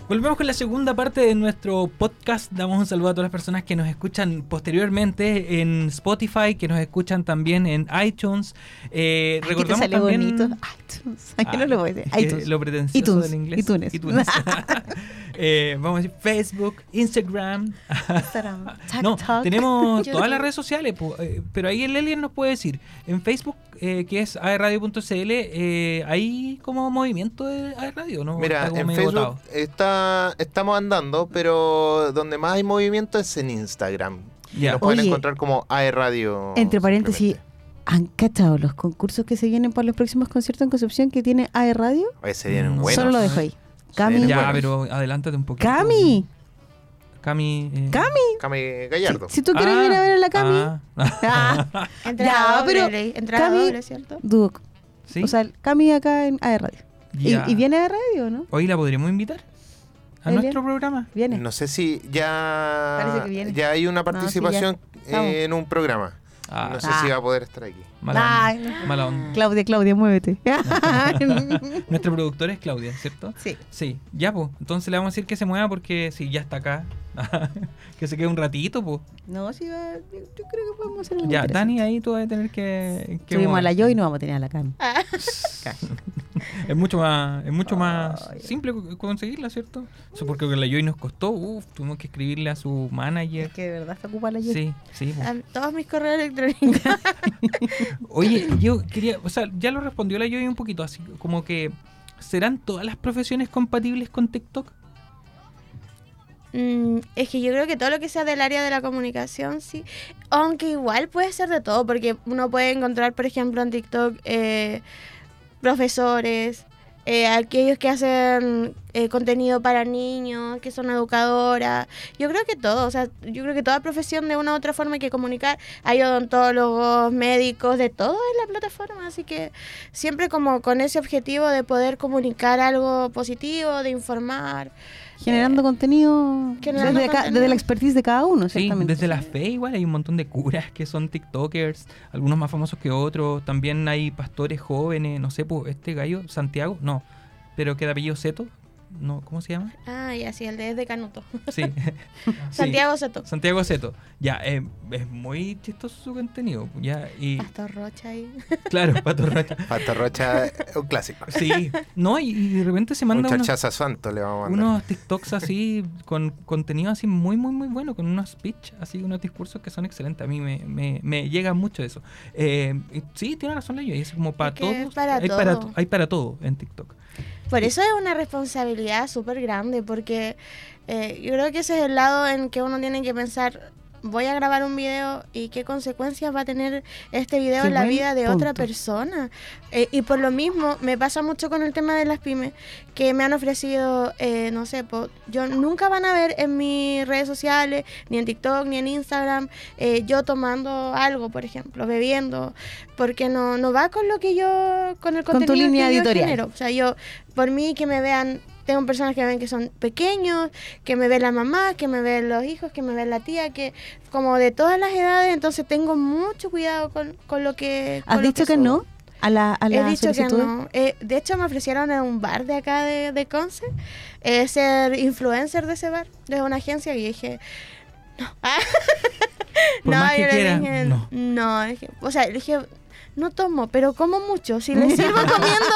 Volvemos con la segunda parte de nuestro podcast. Damos un saludo a todas las personas que nos escuchan posteriormente en Spotify, que nos escuchan también en iTunes. Recordamos sale también bonito. iTunes. ¿A qué no lo voy a decir? iTunes. Lo pretencioso del inglés. iTunes. Vamos a decir Facebook, Instagram. No, TikTok. tenemos todas las redes sociales, pero ahí el Elian nos puede decir. En Facebook, que es aerradio.cl, ¿hay como movimiento de aerradio? ¿No? Mira, Está como en medio Facebook botado. estamos andando, pero donde más hay movimiento es en Instagram. Ya. Nos pueden Oye, encontrar como AERradio. Entre paréntesis, simplemente. ¿han cachado los concursos que se vienen para los próximos conciertos en Concepción que tiene AERradio? Oye, se vienen No. buenos. Solo lo dejo ahí. Cami. vienen Ya, buenos. pero adelántate un poquito. Cami. Cami. Cami Gallardo. Si tú quieres ir a ver a la Cami. Ah. Entrada Ya, pero doble, entrada Cami- doble, ¿cierto? Duoc. ¿Sí? O sea, Cami acá en AERradio. Ya. Y viene a AERradio, ¿no? Hoy la podríamos invitar a Elian. nuestro programa. Viene. No sé si Parece que viene. ya hay una participación Estamos. en un programa. Ah, No sé si va a poder estar aquí. mala Ay, onda. Mala onda. Claudia, muévete. Nuestra productora es Claudia, ¿cierto? Sí. Sí, ya, pues. Entonces le vamos a decir que se mueva porque si ya está acá, que se quede un ratito, pues. No, sí, yo creo que podemos hacer algo Ya, interesante. Dani, ahí tú vas a tener que Subimos a la mover. Yo y no vamos a tener a la Cami. Es mucho más Ay. simple conseguirla, ¿cierto? Eso porque la Joy nos costó, tuvimos que escribirle a su manager. Es que de verdad se ocupa la Yo. Sí, sí. po. A todos mis correos electrónicos. Oye, yo quería, o sea, ya lo respondió la Joy un poquito, así como que, ¿serán todas las profesiones compatibles con TikTok? Es que yo creo que todo lo que sea del área de la comunicación, sí. Aunque igual puede ser de todo, porque uno puede encontrar, por ejemplo, en TikTok profesores, aquellos que hacen contenido para niños, que son educadoras. Yo creo que todo, o sea, yo creo que toda profesión de una u otra forma hay que comunicar. Hay odontólogos, médicos, de todo en la plataforma, así que siempre como con ese objetivo de poder comunicar algo positivo, de informar. Generando contenido Generando desde, contenido. desde la expertise de cada uno, Sí, ciertamente. desde la fe igual hay un montón de curas que son TikTokers, algunos más famosos que otros, también hay pastores jóvenes, no sé, pues este gallo, Santiago, no, pero que de apellido Seto, no, ¿cómo se llama? Ah, ya sí, el de Canuto. Sí. Santiago Seto. Santiago Seto. Ya, es muy chistoso su contenido, ya, y Pastor Rocha ahí. claro, Pato Rocha. Pato Rocha, un clásico. Sí, no, y de repente se manda Un unos, chachazo santo le vamos a mandar. unos TikToks así, con contenido así muy, muy, muy bueno, con unos speech, así, unos discursos que son excelentes. A mí me llega mucho eso. Y sí, tiene razón la yo, es como para Es que es todos. para hay, todo. hay para todo en TikTok. Por eso es una responsabilidad súper grande, porque yo creo que ese es el lado en que uno tiene que pensar, voy a grabar un video y qué consecuencias va a tener este video Qué en la buen vida de punto. otra persona. Y por lo mismo, me pasa mucho con el tema de las pymes, que me han ofrecido, no sé, yo nunca van a ver en mis redes sociales, ni en TikTok, ni en Instagram, yo tomando algo, por ejemplo, bebiendo, porque no va con lo que yo, con el Con tu contenido línea que yo editorial. genero. O sea, yo, por mí, que me vean, tengo personas que me ven que son pequeños, que me ve la mamá, que me ven los hijos, que me ve la tía, que como de todas las edades, entonces tengo mucho cuidado con lo que... ¿Has con lo dicho que subo. no a la He dicho que solicitud? no. De hecho, me ofrecieron en un bar de acá de Conce ser influencer de ese bar, de una agencia, y dije... No. Por más que yo le quiera, dije, no. no, dije, o sea, le dije, no tomo, pero como mucho. Si le sirvo comiendo,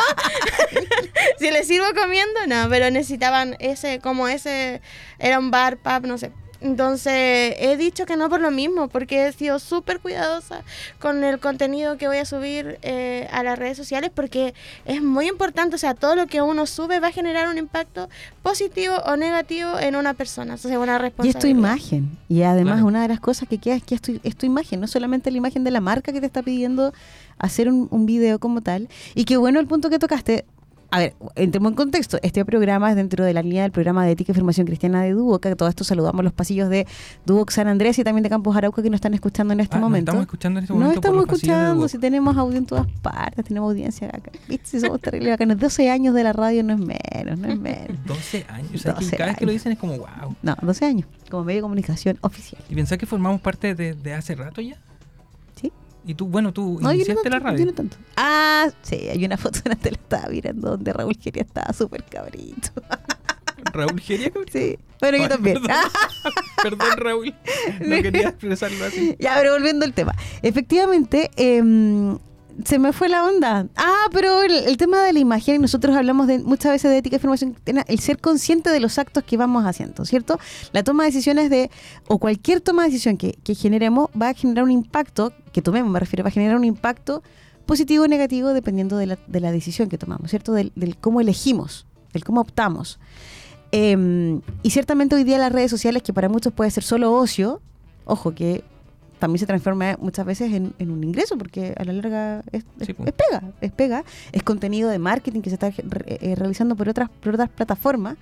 si le sirvo comiendo, no, pero necesitaban ese, era un bar, pub, no sé. Entonces, he dicho que no por lo mismo, porque he sido súper cuidadosa con el contenido que voy a subir a las redes sociales, porque es muy importante, o sea, todo lo que uno sube va a generar un impacto positivo o negativo en una persona. Entonces, una Y es tu responsabilidad. imagen. Y además Claro. una de las cosas que queda es que es tu imagen, no solamente la imagen de la marca que te está pidiendo hacer un video como tal. Y qué bueno el punto que tocaste. A ver, entremos en contexto. Este programa es dentro de la línea del programa de Ética y Formación Cristiana de Duoc. Que todo esto saludamos los pasillos de Duoc San Andrés y también de Campos Arauco que nos están escuchando en este ¿Nos momento. estamos escuchando en este No momento por estamos los pasillos de escuchando, Duoc? si tenemos audio en todas partes, tenemos audiencia acá. ¿Viste? Si somos terribles bacanos. 12 años de la radio no es menos, no es menos. 12 años, o sea, que 12 cada vez que lo años. dicen es como wow. No, 12 años, como medio de comunicación oficial. ¿Y pensás que formamos parte de hace rato ya? ¿Sí? Y tú, bueno, tú No, yo no iniciaste la tanto, radio. yo no tanto. Ah, sí, hay una foto en la tele, estaba mirando donde Raúl quería, estaba súper cabrito. Raúl Geria, cabrón. Sí, bueno, yo también. Perdón, Raúl. No quería expresarlo así. Ya, pero volviendo al tema. Efectivamente, se me fue la onda. Pero el tema de la imagen, nosotros hablamos muchas veces de ética de información, el ser consciente de los actos que vamos haciendo, ¿cierto? La toma de decisiones o cualquier toma de decisión que generemos va a generar un impacto, que tomemos, me refiero, va a generar un impacto positivo o negativo dependiendo de la decisión que tomamos, ¿cierto? Del cómo elegimos, del cómo optamos. Y ciertamente hoy día las redes sociales, que para muchos puede ser solo ocio, ojo que también se transforma muchas veces en un ingreso, porque a la larga es pega, es contenido de marketing que se está realizando por otras plataformas.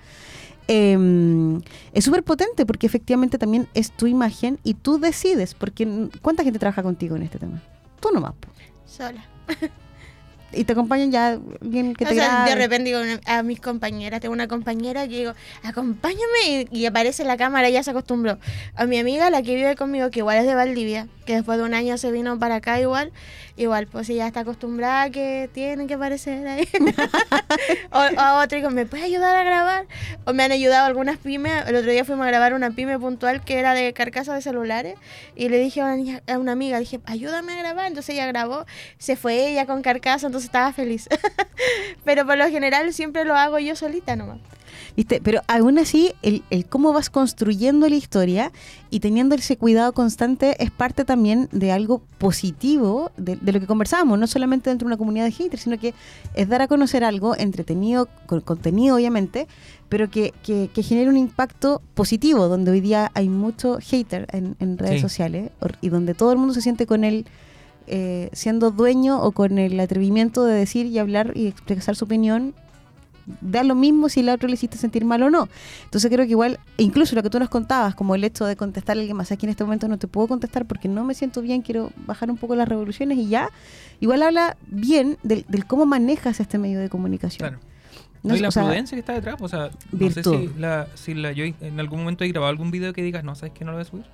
Es súper potente porque efectivamente también es tu imagen y tú decides, porque ¿cuánta gente trabaja contigo en este tema? Tú nomás. Sola. Y te acompañan ya alguien que te de grabe. repente digo a mis compañeras, tengo una compañera que digo, acompáñame, y aparece la cámara, ya se acostumbró. A mi amiga, la que vive conmigo, que igual es de Valdivia, que después de un año se vino para acá igual, pues ella está acostumbrada a que tienen que aparecer ahí. o a otro, digo, ¿me puedes ayudar a grabar? O me han ayudado algunas pymes. El otro día fuimos a grabar una pyme puntual que era de carcasas de celulares, y le dije a una amiga, dije, ayúdame a grabar. Entonces ella grabó, se fue ella con carcasa, entonces estaba feliz. Pero por lo general siempre lo hago yo solita nomás. ¿Viste? Pero aún así, el cómo vas construyendo la historia y teniendo ese cuidado constante es parte también de algo positivo de lo que conversábamos, no solamente dentro de una comunidad de haters, sino que es dar a conocer algo entretenido, con contenido obviamente, pero que genere un impacto positivo, donde hoy día hay mucho hater en redes sociales y donde todo el mundo se siente con él siendo dueño o con el atrevimiento de decir y hablar y expresar su opinión. Da lo mismo si la otra le hiciste sentir mal o no. Entonces creo que igual, incluso lo que tú nos contabas, como el hecho de contestarle a alguien más, aquí en este momento no te puedo contestar porque no me siento bien, quiero bajar un poco las revoluciones y ya, igual habla bien del cómo manejas este medio de comunicación. Claro. No, y la prudencia que está detrás, o sea, virtud. No sé si yo en algún momento he grabado algún video que digas, no, ¿sabes que no lo voy a subir?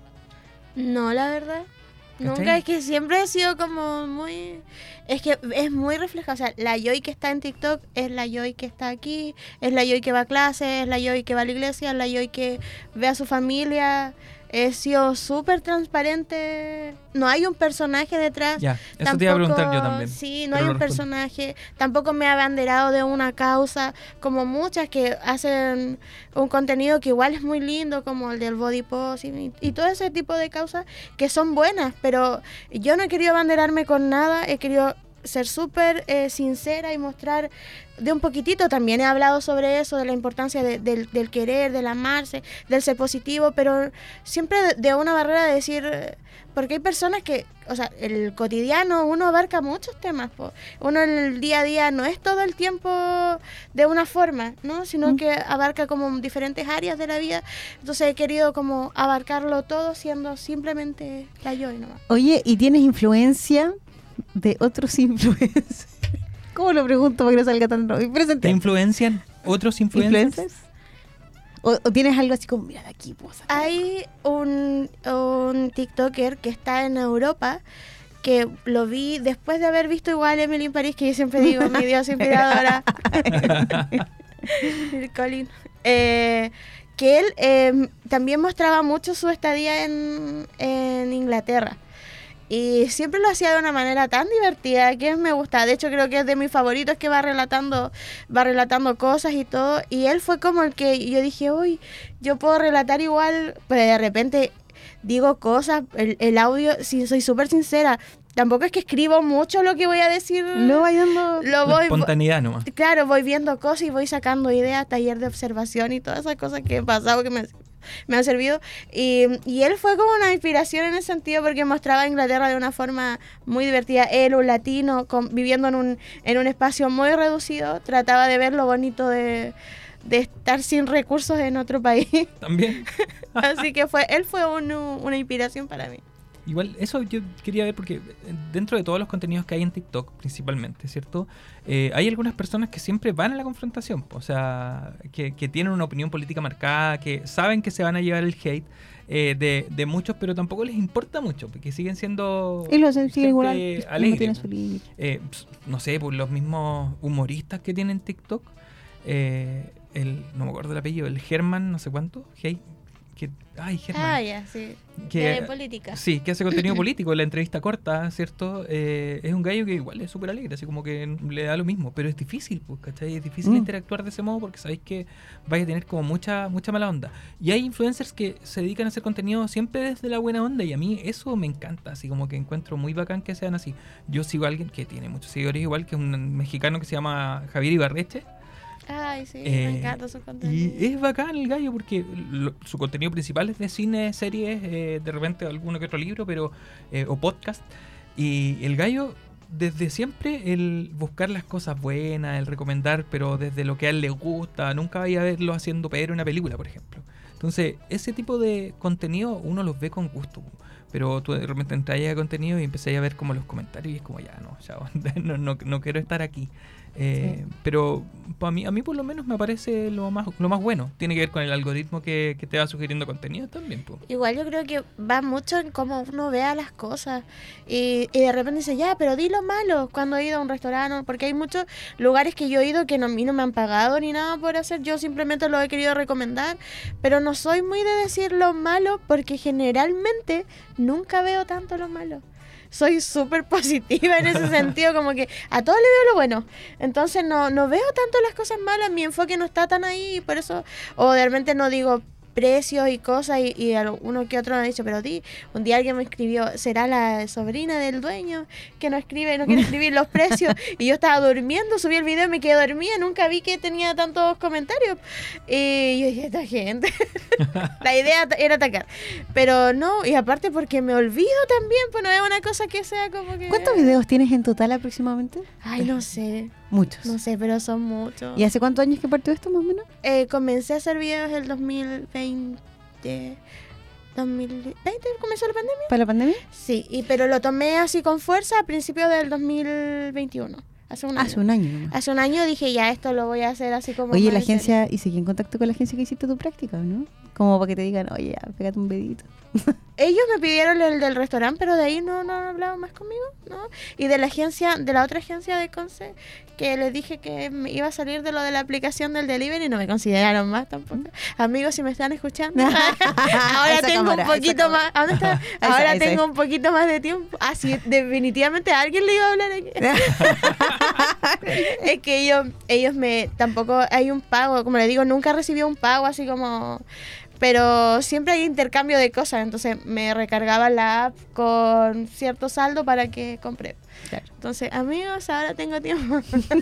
No, la verdad. ¿Cachai? Nunca, es que siempre he sido como muy... Es que es muy reflejado, o sea, la Joy que está en TikTok es la Joy que está aquí, es la Joy que va a clase, es la Joy que va a la iglesia, es la Joy que ve a su familia. He sido súper transparente, no hay un personaje detrás. Ya, eso te iba a preguntar yo también. Sí, no hay un personaje, tampoco me he abanderado de una causa, como muchas que hacen un contenido que igual es muy lindo, como el del body positive y todo ese tipo de causas que son buenas, pero yo no he querido abanderarme con nada, he querido ser súper sincera y mostrar de un poquitito. También he hablado sobre eso, de la importancia del querer, del amarse, del ser positivo, pero siempre de una barrera de decir, porque hay personas que, o sea, el cotidiano uno abarca muchos temas, uno en el día a día no es todo el tiempo de una forma, ¿no? Sino que abarca como diferentes áreas de la vida, entonces he querido como abarcarlo todo siendo simplemente la Joy nomás. Oye, ¿y tienes influencia de otros influencers? ¿Cómo lo pregunto para que no salga tan presente? ¿Te influencian otros influencers? ¿O tienes algo así como, mira de aquí? Hay un TikToker que está en Europa, que lo vi después de haber visto igual Emily in Paris, que yo siempre digo, mi Dios inspiradora. El Colin. Que él también mostraba mucho su estadía en Inglaterra. Y siempre lo hacía de una manera tan divertida que me gusta. De hecho, creo que es de mis favoritos, que va relatando cosas y todo. Y él fue como el que yo dije, uy, yo puedo relatar igual. Pero de repente digo cosas, el audio, si soy súper sincera, tampoco es que escribo mucho lo que voy a decir. No vayando la espontaneidad nomás. Claro, voy viendo cosas y voy sacando ideas, taller de observación y todas esas cosas que he pasado que me han servido. Y él fue como una inspiración en ese sentido, porque mostraba a Inglaterra de una forma muy divertida. Él, un latino, viviendo en un espacio muy reducido, trataba de ver lo bonito de estar sin recursos en otro país. También. Así que él fue una inspiración para mí. Igual, eso yo quería ver porque dentro de todos los contenidos que hay en TikTok, principalmente, ¿cierto? Hay algunas personas que siempre van a la confrontación, o sea, que tienen una opinión política marcada, que saben que se van a llevar el hate de muchos, pero tampoco les importa mucho, porque siguen siendo y lo siguen igual, alegres. No sé, por los mismos humoristas que tienen TikTok, no me acuerdo el apellido, el Germán, no sé cuánto, Germán. Ya, sí. Que- De política. Sí, que hace contenido político, la entrevista corta, ¿cierto? Es un gallo que igual es súper alegre, así como que le da lo mismo, pero es difícil, pues, ¿cachai? Es difícil interactuar de ese modo porque sabéis que vais a tener como mucha mala onda. Y hay influencers que se dedican a hacer contenido siempre desde la buena onda y a mí eso me encanta, así como que encuentro muy bacán que sean así. Yo sigo a alguien que tiene muchos seguidores igual, que es un mexicano que se llama Javier Ibarreche. Ay, sí, me encanta su contenido. Y es bacán el gallo porque su contenido principal es de cine, series, de repente alguno que otro libro, pero o podcast. Y el gallo, desde siempre, el buscar las cosas buenas, el recomendar, pero desde lo que a él le gusta. Nunca vaya a verlo haciendo pero una película, por ejemplo. Entonces, ese tipo de contenido uno los ve con gusto. Pero tú de repente entras a contenido y empecé a ver como los comentarios y es como ya, no quiero estar aquí. Pero a mí por lo menos me parece lo más bueno. Tiene que ver con el algoritmo que te va sugiriendo contenido también, po. Igual yo creo que va mucho en cómo uno vea las cosas y de repente dice, ya, pero di lo malo cuando he ido a un restaurante, porque hay muchos lugares que yo he ido que a mí no me han pagado ni nada por hacer, yo simplemente lo he querido recomendar, pero no soy muy de decir lo malo porque generalmente nunca veo tanto lo malo. Soy súper positiva en ese sentido, como que a todo le veo lo bueno. Entonces no veo tanto las cosas malas, mi enfoque no está tan ahí, y por eso, o de repente no digo precios y cosas, y uno que otro me ha dicho, pero un día alguien me escribió, ¿será la sobrina del dueño que no quiere escribir los precios? Y yo estaba durmiendo, subí el video y me quedé dormida, nunca vi que tenía tantos comentarios. Y yo dije, esta gente, la idea era atacar. Pero no, y aparte porque me olvido también, pues no es una cosa que sea como que... ¿Cuántos videos tienes en total aproximadamente? Ay, no sé. Muchos. No sé, pero son muchos. ¿Y hace cuántos años que partió esto, más o menos? Comencé a hacer videos el 2020. 2020 comenzó la pandemia. ¿Para la pandemia? Sí, pero lo tomé así con fuerza a principios del 2021. Hace un año nomás. Hace un año dije, ya, esto lo voy a hacer así como... Oye, más la en serio. agencia, ¿y seguí en contacto con la agencia que hiciste tu práctica, no? Como para que te digan, oye, ya, pégate un dedito. Ellos me pidieron el del restaurante, pero de ahí no han hablado más conmigo, ¿no? Y de la otra agencia de Conce, que les dije que me iba a salir de lo de la aplicación del delivery, no me consideraron más tampoco. Amigos, si me están escuchando, ahora Esa tengo cámara, un poquito más... ¿A dónde está? Ahora esa tengo es. un poquito más de tiempo. Ah, sí, definitivamente a alguien le iba a hablar aquí. Es que ellos tampoco hay un pago, como le digo, nunca recibí un pago así como... Pero siempre hay intercambio de cosas, entonces me recargaba la app con cierto saldo para que compré. Claro. Entonces, amigos, ahora tengo tiempo.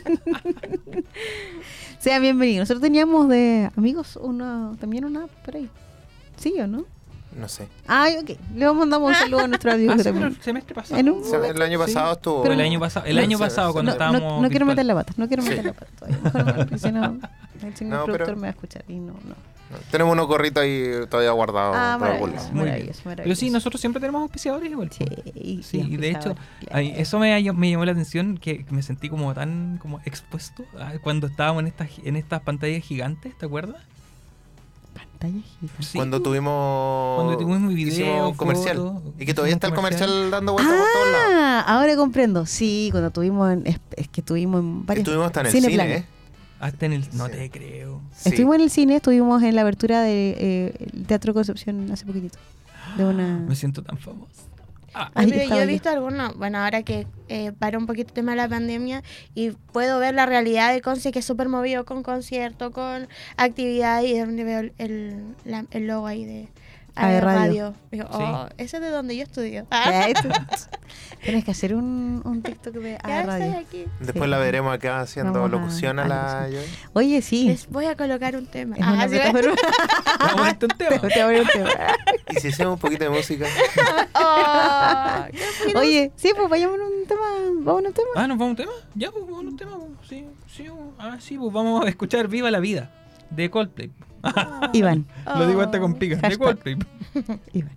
Sean bienvenidos. Nosotros teníamos de amigos también una app por ahí. ¿Sí o no? No sé. Ay, ok. Le mandamos un saludo a nuestro amigo. Sí, pero el semestre pasado. En un El año pasado estuvo... Pero el año pasado cuando estábamos no quiero virtual. meter la pata, todavía. Mejor no, porque si no, el señor No, pero- productor me va a escuchar y no. Tenemos unos gorritos ahí todavía guardados. por algún lado. Muy bien. maravilloso. Pero sí, nosotros siempre tenemos auspiciadores igual. Sí, Sí, y de hecho, auspiciadores. eso me llamó la atención, que me sentí como tan como expuesto cuando estábamos en estas pantallas gigantes, ¿te acuerdas? Pantalla gigante. Sí, Cuando tuvimos mi video, hicimos un comercial. foto, Y que todavía está el hicimos un comercial dando vueltas por todos lados. Ah, ahora comprendo. Sí, cuando tuvimos es que estuvimos en varios... Estuvimos hasta en el Cineplan. cine, ¿eh? Hasta en el... No Sí. te creo. Sí. Estuvimos en el cine, estuvimos en la abertura del Teatro Concepción hace poquitito. De una... Me siento tan famoso. Ahí Pero yo estaba he yo. visto algunos, bueno, ahora que paró un poquito el tema de la pandemia y puedo ver la realidad de Conce, que es súper movido con conciertos, con actividades, y de donde veo el logo ahí de AE Radio. Digo, Sí. ese es de donde yo estudio. Tienes que hacer un TikTok de Ya radio. estoy aquí. Después Sí. la veremos acá haciendo Vamos a- locución a la... Oye, sí. Les voy a colocar un tema. Es una ¿sí? plataforma. Vamos a ponerte un tema. Te voy a poner un tema. Y si hacemos un poquito de música. Oh, qué Oye, sí, pues vayamos a un tema. Vamos a un tema. Ah, ¿nos vamos a un tema? Ya, pues vamos a un tema. Pues. Sí, sí, pues vamos a escuchar Viva la Vida de Coldplay. Iván. Lo digo hasta con pica. De Hashtag. Coldplay. Iván.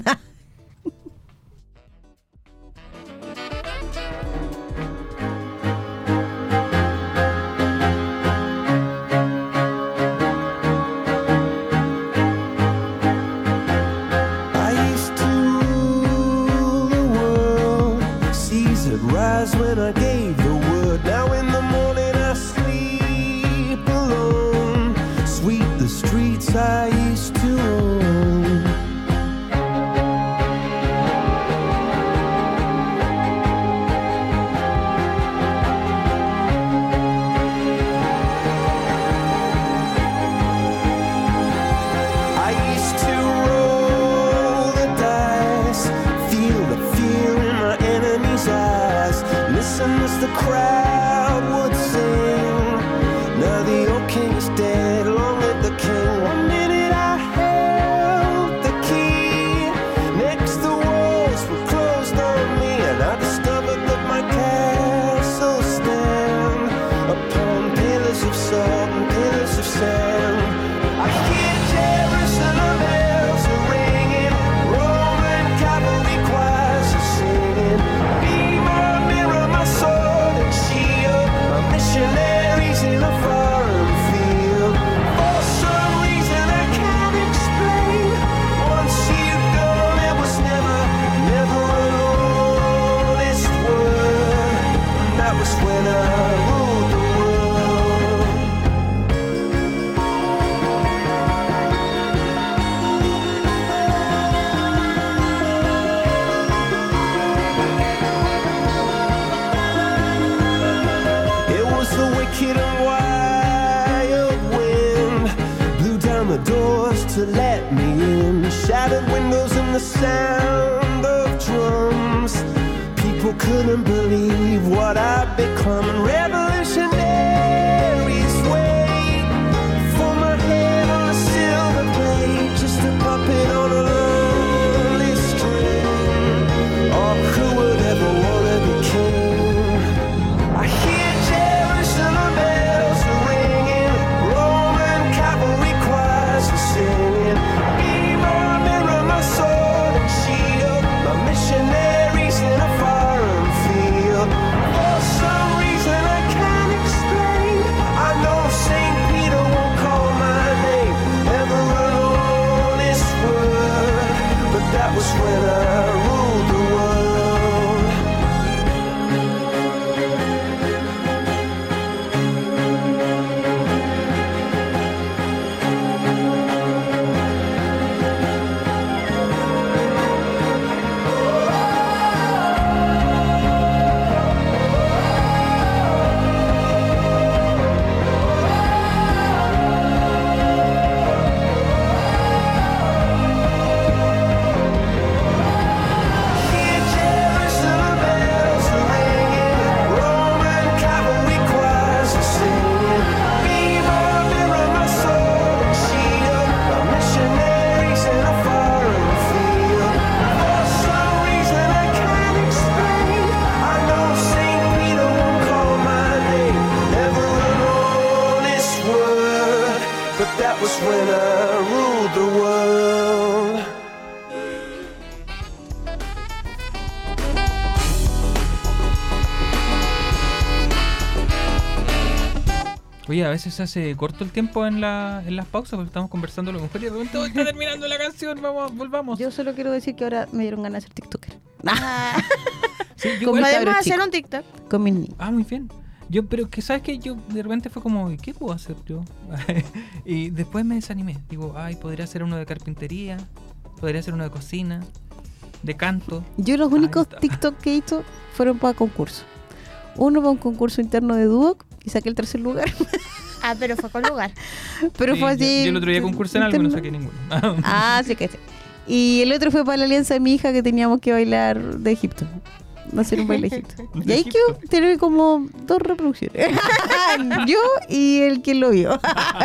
I used to rule the world. Seas would rise when I gave the word. Now in the morning I sleep alone. to let me in. Shattered windows and the sound of drums. People couldn't believe what I'd become. Revolutionaries wait for my head on a silver plate, just a puppet on a lonely string. Oh, who would ever wanna be king? I hear Jerusalem bells are ringing, Roman cavalry choirs are singing. Be my mirror, my sword and shield, my missionaries in a foreign field. For some reason I can't explain, I know St. Peter won't call my name ever alone this word, but that was when I ruled the world. Hear Jerusalem bells are ringing, Roman cavalry choirs are singing. Be my mirror, my sword and shield, my missionaries in a foreign field. For some reason I can't explain, I know St. Peter won't call my name ever alone this word, but that was when I ruled the world. Oye, a veces se hace corto el tiempo en las pausas porque estamos conversando a lo mejor y de repente "Oh, está terminando la canción, volvamos". Yo solo quiero decir que ahora me dieron ganas de ser TikToker. Ah, Sí, yo igual- Cabros podemos hacer chicos. un TikTok. Con mis niños. muy bien. Pero que sabes que yo de repente fue como, ¿y qué puedo hacer yo? Y después me desanimé. Digo, podría hacer uno de carpintería, podría hacer uno de cocina, de canto. Yo los únicos está. TikTok que he visto fueron para concursos. Uno para un concurso interno de Duoc y saqué el tercer lugar. Ah, pero fue con lugar. Pero Sí, fue así. yo el otro día concursé en algo y no saqué ninguno. Ah, sí que sí. Y el otro fue para la alianza de mi hija que teníamos que bailar de Egipto. Hacer un baile de Egipto. De Y ahí Egipto. quedó, tiene como 2 reproducciones. Yo y el que lo vio.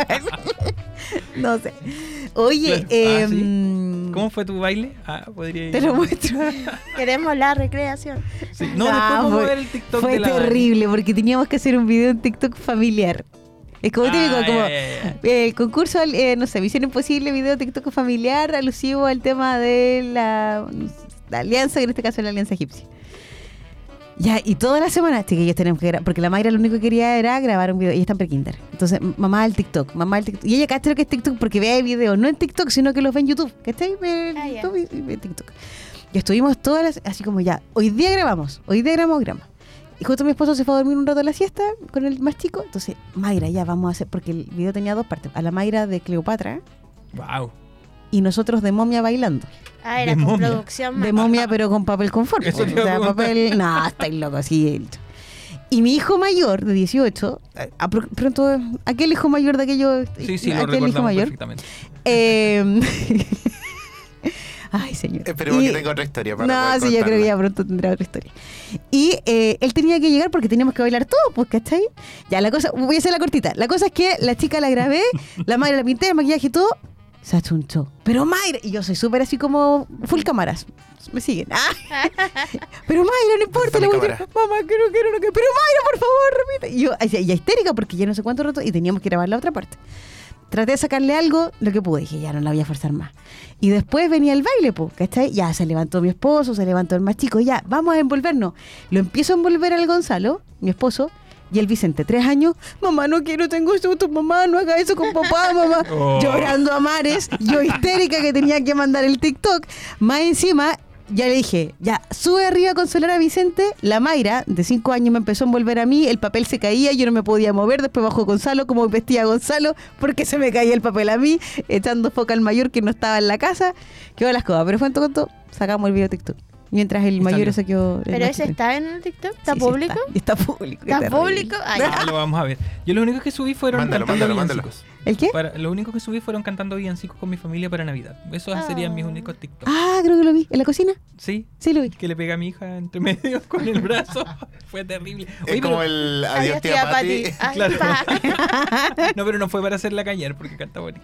No sé. Oye, Claro. ¿Sí? ¿Cómo fue tu baile? Podría ir. te lo muestro. Queremos la recreación. Sí. No, Ah, después vamos fue- a ver el TikTok Fue de la terrible porque teníamos que hacer un video en TikTok familiar. Es como típico, como ya. el concurso, no sé, Misión Imposible, video TikTok familiar alusivo al tema de la alianza, que en este caso es la alianza egipcia. Ya, y toda la semana, que ellos tenemos que grabar, porque la Mayra lo único que quería era grabar un video, y está en prekinder. Entonces, mamá del TikTok. Y ella cacha lo que es TikTok porque ve videos, no en TikTok, sino que los ve en YouTube. ¿Cachai? Ve en Ah, ya. YouTube y ve TikTok. Y estuvimos todas las, así como ya, hoy día grabamos. Y justo mi esposo se fue a dormir un rato a la siesta con el más chico. Entonces, Mayra, ya vamos a hacer, porque el video tenía 2 partes. A la Mayra de Cleopatra Wow. y nosotros de momia bailando. Ah, era De con momia. producción. De momia, pero con papel conforme. Eso O te iba a sea, preguntar. papel. No, estáis locos, así. Y mi hijo mayor, de 18, pronto, aquel hijo mayor de aquello. Sí, lo aquel hijo recordamos mayor. perfectamente. eh, Ay, señor. Esperemos Y- que tenga otra historia para No, poder sí, yo creo que contarla. ya pronto tendrá otra historia. Y él tenía que llegar porque teníamos que bailar todo, pues, ¿cachai? Ya, la cosa, voy a hacer la cortita. La cosa es que la chica la grabé, la Mayra la pinté, el maquillaje y todo, se achunchó. Pero Mayra, y yo soy súper así como full cámaras. Me siguen. Ah. Pero Mayra, no importa, le voy a decir, cámara. mamá, que no quiero, no quiero. Pero Mayra, por favor, repite. Y yo, ya histérica porque ya no sé cuánto rato y teníamos que grabar la otra parte. Traté de sacarle algo, lo que pude. Dije, ya no la voy a forzar más. Y después venía el baile, po, ¿cachai? Ya se levantó mi esposo, se levantó el más chico, ya, vamos a envolvernos. Lo empiezo a envolver al Gonzalo, mi esposo, y el Vicente, 3 años. Mamá, no quiero, tengo susto, mamá, no haga eso con papá, mamá. Oh. Llorando a mares, yo histérica que tenía que mandar el TikTok. Más encima, ya le dije, ya, sube arriba a consolar a Vicente. La Mayra, de 5 años, me empezó a envolver a mí, el papel se caía, yo no me podía mover, después bajó Gonzalo, como vestía Gonzalo, porque se me caía el papel a mí, echando foca al mayor que no estaba en la casa. Quedó las cosas, pero fue en todo, sacamos el video TikTok. Mientras el Y mayor salió. se quedó... ¿Pero ese está en el TikTok? ¿Está Sí, sí, público? está público. ¿Está terrible. público? Ah, ya. Ah, lo vamos a ver. Yo lo único que subí fueron Mándalo, cantando mándalo, villancicos. ¿El qué? Lo único que subí fueron cantando villancicos con mi familia para Navidad. Esos serían mis únicos TikTok. Ah, creo que lo vi. ¿En la cocina? Sí. Sí, lo vi. Que le pegué a mi hija entre medio con el brazo. Fue terrible. Es como el adiós tía Pati. Ay, Claro. pa. No, pero no fue para hacerla callar porque canta bonito.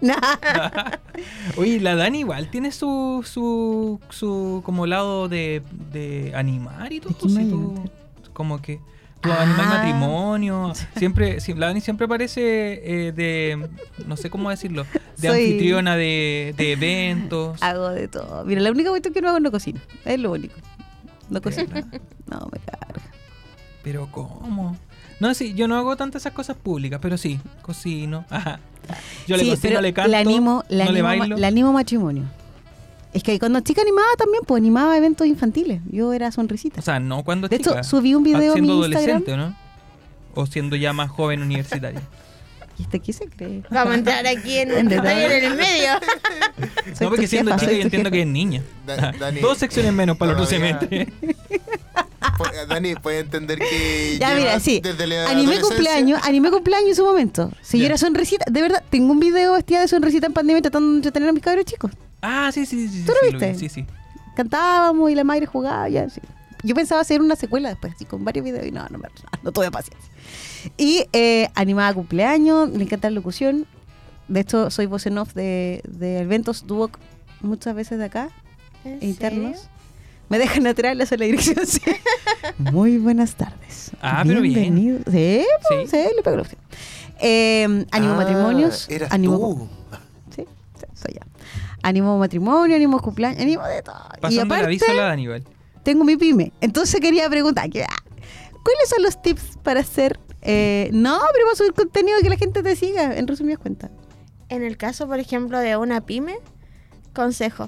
Oye, la Dani igual tiene su como lado de animar y todo. ¿De qué me Sí, voy a meter? como que tú animas Ah. matrimonio. Siempre, la Dani siempre parece de, no sé cómo decirlo, de Soy- anfitriona de eventos. Hago de todo. Mira, la única cuestión que no hago es no cocino. Es lo único. No cocino. No, me carga. Pero ¿cómo? No, sí, yo no hago tantas esas cosas públicas, pero sí, cocino. Ajá. Yo le Sí, cocino, pero le canto, la animo, no le animo, bailo. la animo matrimonio. Es que cuando chica animaba también, pues animaba eventos infantiles. Yo era sonrisita. O sea, no cuando De chica. hecho, subí un video a mi siendo Instagram. adolescente, ¿o no? O siendo ya más joven universitario. ¿Y este qué se cree? Vamos a entrar aquí en En un detalle. detalle en el medio. Soy No, porque tu siendo jefa, chica soy yo tu entiendo jefa. que es niña. Dani, 2 secciones menos para el otro todavía- semestre. Dani, puede entender que Ya, mira, llevas sí. desde la Animé adolescencia- cumpleaños en su momento. Si Ya. yo era sonrisita, de verdad, tengo un video vestida de sonrisita en pandemia tratando de entretener a mis cabros chicos. Ah, sí. ¿Tú lo sí, viste? vi, sí, sí. Cantábamos y la madre jugaba, ya, sí. Yo pensaba hacer una secuela después, así con varios videos y no tuve paciencia. Y animaba cumpleaños, me encanta la locución. De hecho, soy voz en off de eventos Duoc muchas veces de acá, ¿En internos. serio? Me dejan atrás la sola dirección, sí. Muy buenas tardes. Ah, pero bien. Bienvenido. Sí, pues, Sí. sí, le pego la opción. Animo Ah, matrimonios. Eras animo, tú. Sí, soy ya. Animo matrimonio, animo cumpleaños, animo de todo. Y Pasando el aparte, aviso a la Dani, igual. tengo mi pyme. Entonces quería preguntar, ¿cuáles son los tips para hacer? No, pero para subir contenido que la gente te siga, en resumidas cuentas. En el caso, por ejemplo, de una pyme, consejo.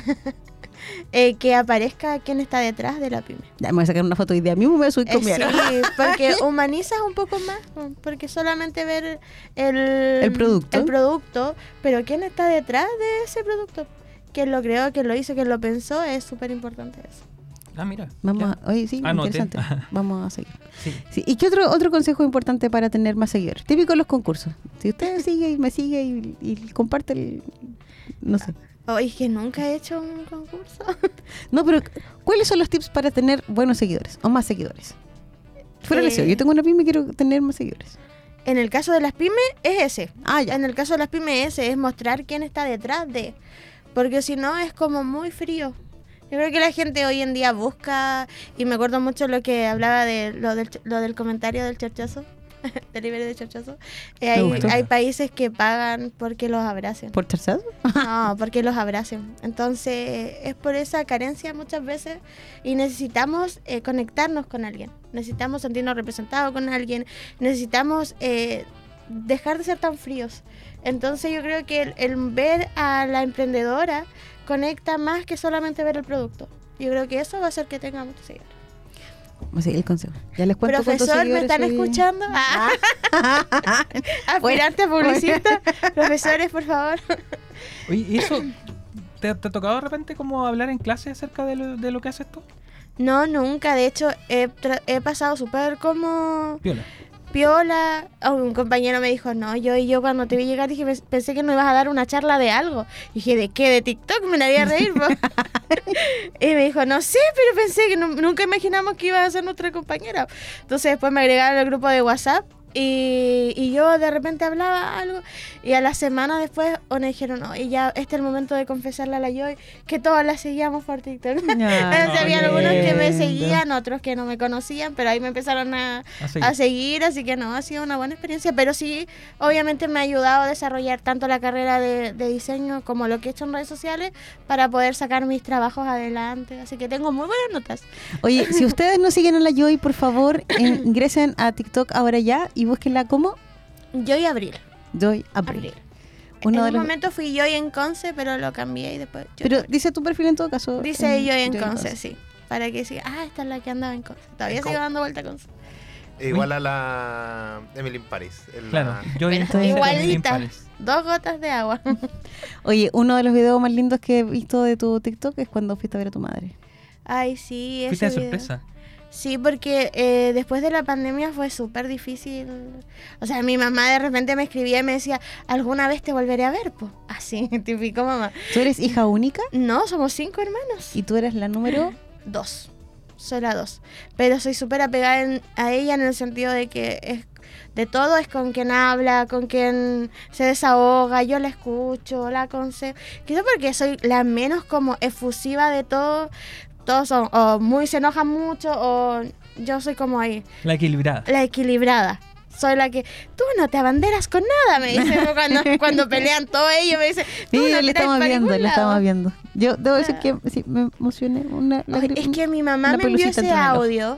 Que aparezca quién está detrás de la pyme. Ya me voy a sacar una foto hoy día mismo, me voy a subir con mi Sí, porque humanizas un poco más, ¿no? Porque solamente ver El producto. el producto, pero quién está detrás de ese producto, quién lo creó, quién lo hizo, quién lo pensó, es súper importante eso. Ah, mira. Vamos ya. a, oye, sí, Anote. interesante. Vamos a seguir. Sí. Sí, ¿y qué otro consejo importante para tener más seguidores? Típico en los concursos. Si usted sigue y me sigue y comparte el... No sé. Oye, es que nunca he hecho un concurso. No, pero ¿cuáles son los tips para tener buenos seguidores o más seguidores? Fuera de eso, yo tengo una pyme y quiero tener más seguidores. En el caso de las pymes es ese. Ah, ya. En el caso de las pymes ese es mostrar quién está detrás de. Porque si no es como muy frío. Yo creo que la gente hoy en día busca, y me acuerdo mucho lo que hablaba de lo del comentario del cherchazo, delivery de cherchazo. Me gustó. Hay países que pagan porque los abracen. ¿Por tercero? No, porque los abracen. Entonces, es por esa carencia muchas veces y necesitamos conectarnos con alguien. Necesitamos sentirnos representados con alguien. Necesitamos dejar de ser tan fríos. Entonces, yo creo que el ver a la emprendedora conecta más que solamente ver el producto. Yo creo que eso va a hacer que tenga muchos seguidores. Vamos a seguir el consejo. Ya les cuento cuántos Profesor, ¿me seguidores están hoy- escuchando? Aspirante publicista. Profesores, por favor. Oye, ¿y eso te ha tocado de repente como hablar en clase acerca de lo que haces tú? No, nunca. De hecho, he pasado súper como Piola. piola. Un compañero me dijo, no, yo cuando te vi llegar dije, pensé que nos ibas a dar una charla de algo. Y dije, ¿de qué? ¿De TikTok? Me la voy a reír. Po". Y me dijo, no sé, pero pensé que nunca imaginamos que iba a ser nuestra compañera. Entonces después me agregaron al grupo de WhatsApp. Y yo de repente hablaba algo y a la semana después nos dijeron, no, y ya este es el momento de confesarle a la Joy que todas la seguíamos por TikTok. Entonces había algunos que me lindo. seguían, otros que no me conocían, pero ahí me empezaron a seguir. seguir, así que no, ha sido una buena experiencia, pero sí, obviamente me ha ayudado a desarrollar tanto la carrera de diseño como lo que he hecho en redes sociales para poder sacar mis trabajos adelante, así que tengo muy buenas notas. Oye, si ustedes no siguen a la Joy, por favor, ingresen a TikTok ahora ya y búsquenla como Joy Abril. Joy Abril. Abril. Uno en de un los- momento fui Joy en Conce, pero lo cambié y después Joy Pero Abril. dice tu perfil en todo caso. Dice Joy en Joy Conce, sí. Para que siga, esta es la que andaba en Conce. Todavía Es sigo como- dando vuelta a Conce. Igual a la Emily in Paris. Claro, yo Pero entonces igualita. también pares. 2 gotas de agua. Oye, uno de los videos más lindos que he visto de tu TikTok es cuando fuiste a ver a tu madre. Ay, sí, Fuiste de ese video. sorpresa. Sí, porque después de la pandemia fue súper difícil. O sea, mi mamá de repente me escribía y me decía, ¿alguna vez te volveré a ver? Po? Así, típico mamá. ¿Tú eres hija única? No, somos 5 hermanos. ¿Y tú eres la número? 2. Soy la 2. Pero soy súper apegada a ella en el sentido de que es de todo, es con quien habla, con quien se desahoga, yo la escucho, la aconsejo. Quizás porque soy la menos como efusiva de todo. Todos son o muy se enojan mucho o yo soy como ahí. La equilibrada. La equilibrada. Soy la que, tú no te abanderas con nada, me dicen cuando pelean todos ellos, me dicen, tú Sí, no le tiras estamos para viendo, ningún le lado. estamos viendo. Yo debo decir que sí, me emocioné. Es que mi mamá una me envió pelucita ese entre el ojo. audio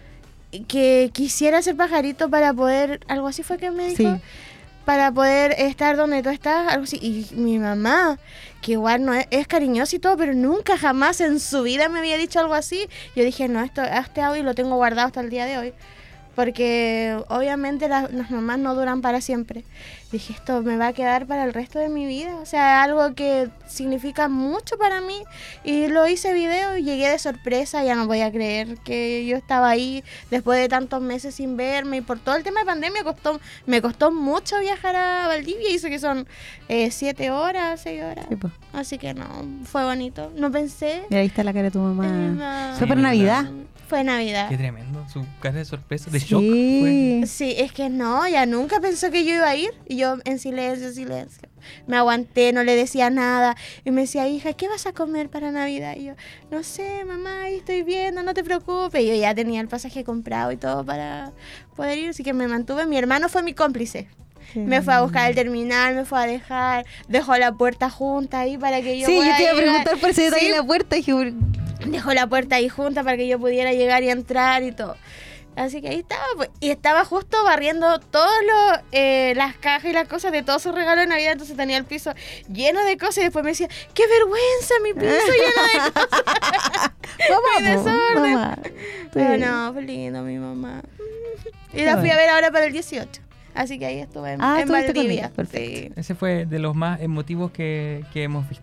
que quisiera ser pajarito para poder, algo así fue que me dijo, Sí. para poder estar donde tú estás, algo así. Y mi mamá, que igual no es cariñosa y todo, pero nunca jamás en su vida me había dicho algo así. Yo dije, no, este audio lo tengo guardado hasta el día de hoy. Porque obviamente las mamás no duran para siempre. Dije, esto me va a quedar para el resto de mi vida. O sea, algo que significa mucho para mí. Y lo hice video y llegué de sorpresa. Ya no voy a creer que yo estaba ahí después de tantos meses sin verme. Y por todo el tema de pandemia me costó mucho viajar a Valdivia. Y eso que son 7 horas, 6 horas. Sí, po. Así que no, fue bonito. No pensé. Mira, ahí está la cara de tu mamá. No. Fue Sí, para Navidad. Fue Navidad. Qué tremendo. Su cara de sorpresa, de shock. Fue. Sí. Sí, es que no, ella nunca pensó que yo iba a ir. Y yo en silencio. Me aguanté, no le decía nada. Y me decía, hija, ¿qué vas a comer para Navidad? Y yo, no sé, mamá, ahí estoy viendo, no te preocupes. Y yo ya tenía el pasaje comprado y todo para poder ir. Así que me mantuve. Mi hermano fue mi cómplice. Me fue a buscar al terminal, me fue a dejar. Dejó la puerta junta ahí para que yo Sí, yo pueda te iba a llegar. preguntar por ese detalle Sí, en la puerta. Y dije, dejó la puerta ahí junta para que yo pudiera llegar y entrar y todo. Así que ahí estaba, pues, y estaba justo barriendo todas las cajas y las cosas de todos sus regalos de Navidad, entonces tenía el piso lleno de cosas y después me decía, ¡qué vergüenza mi piso lleno de cosas! Mi mamá, po, desorden. mamá. Pero Sí. no, fue lindo mi mamá. Y la fui a ver ahora para el 18, así que ahí estuve en estuviste con Valdivia. ella, perfecto. Sí. Ese fue de los más emotivos que hemos visto.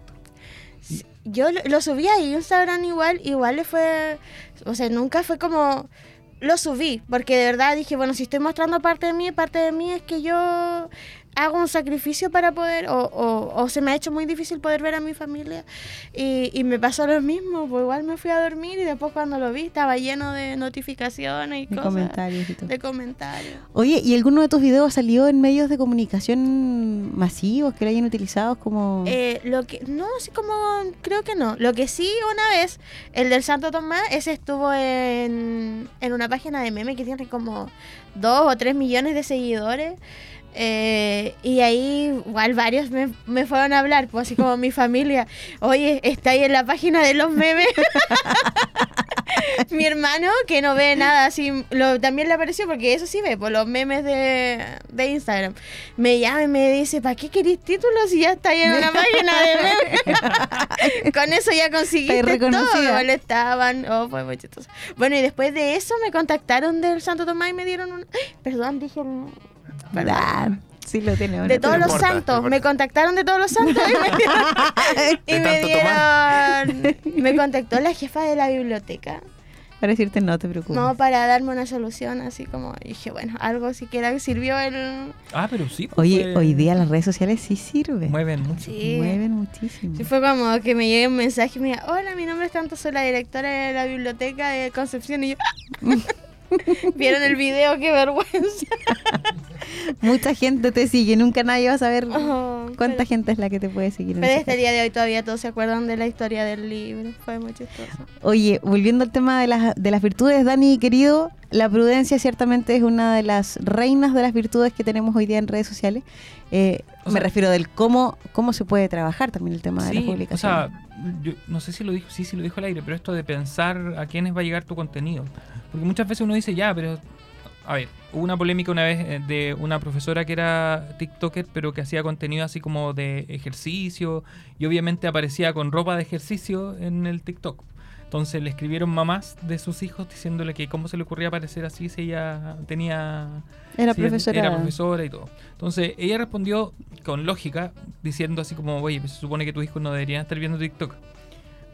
Yo lo subí a Instagram igual le fue, o sea, nunca fue como, lo subí, porque de verdad dije, bueno, si estoy mostrando parte de mí es que yo hago un sacrificio para poder, o se me ha hecho muy difícil poder ver a mi familia, y me pasó lo mismo, pues igual me fui a dormir y después cuando lo vi estaba lleno de notificaciones y De cosas. comentarios y todo. De comentarios. Oye, ¿y alguno de tus videos salió en medios de comunicación masivos que lo hayan utilizado como...? Lo que no, así como creo que no. Lo que sí, una vez, el del Santo Tomás, ese estuvo en una página de meme que tiene como 2 o 3 millones de seguidores. Y ahí igual varios me fueron a hablar, pues así como mi familia, oye, está ahí en la página de los memes. Mi hermano, que no ve nada así, también le apareció, porque eso sí ve, por los memes de Instagram. Me llama y me dice, ¿para qué querés títulos si ya está ahí en una página de memes? Con eso ya conseguiste todo. reconocida. Me molestaban. Oh, fue muy chistoso. Bueno, y después de eso me contactaron del Santo Tomás y me dieron un... ¡Ay! Perdón, dije... Ah, sí lo tiene. De todos no los importa, santos. no importa. Me contactaron de todos los santos y De me tanto dieron... Me contactó la jefa de la biblioteca. Para decirte no te preocupes. No, para darme una solución, así como... Y dije, bueno, algo siquiera que sirvió el... Ah, pero sí. pues, Oye, fue- hoy día las redes sociales sí sirven. mueven mucho. Sí. Mueven muchísimo. Sí, fue como que me llegue un mensaje y me diga, hola, mi nombre es tanto, soy la directora de la biblioteca de Concepción. Y yo, ¿vieron el video? ¡Qué vergüenza! Mucha gente te sigue, nunca nadie va a saber Oh, cuánta pero- gente es la que te puede seguir. en Pero ese este caso. día de hoy todavía todos se acuerdan de la historia del libro. Fue muy chistoso. Oye, volviendo al tema de las virtudes, Dani, querido, la prudencia ciertamente es una de las reinas de las virtudes que tenemos hoy día en redes sociales. O Me sea- refiero del cómo se puede trabajar también el tema de la Sí, o publicación. sea, yo no sé si lo dijo, sí lo dijo al aire, pero esto de pensar a quiénes va a llegar tu contenido. Porque muchas veces uno dice, ya, pero... A ver, hubo una polémica una vez de una profesora que era TikToker, pero que hacía contenido así como de ejercicio, y obviamente aparecía con ropa de ejercicio en el TikTok. Entonces le escribieron mamás de sus hijos diciéndole que cómo se le ocurría aparecer así si ella tenía... Era si profesora. Era profesora y todo. Entonces ella respondió con lógica, diciendo así como, oye, pues se supone que tus hijos no deberían estar viendo TikTok.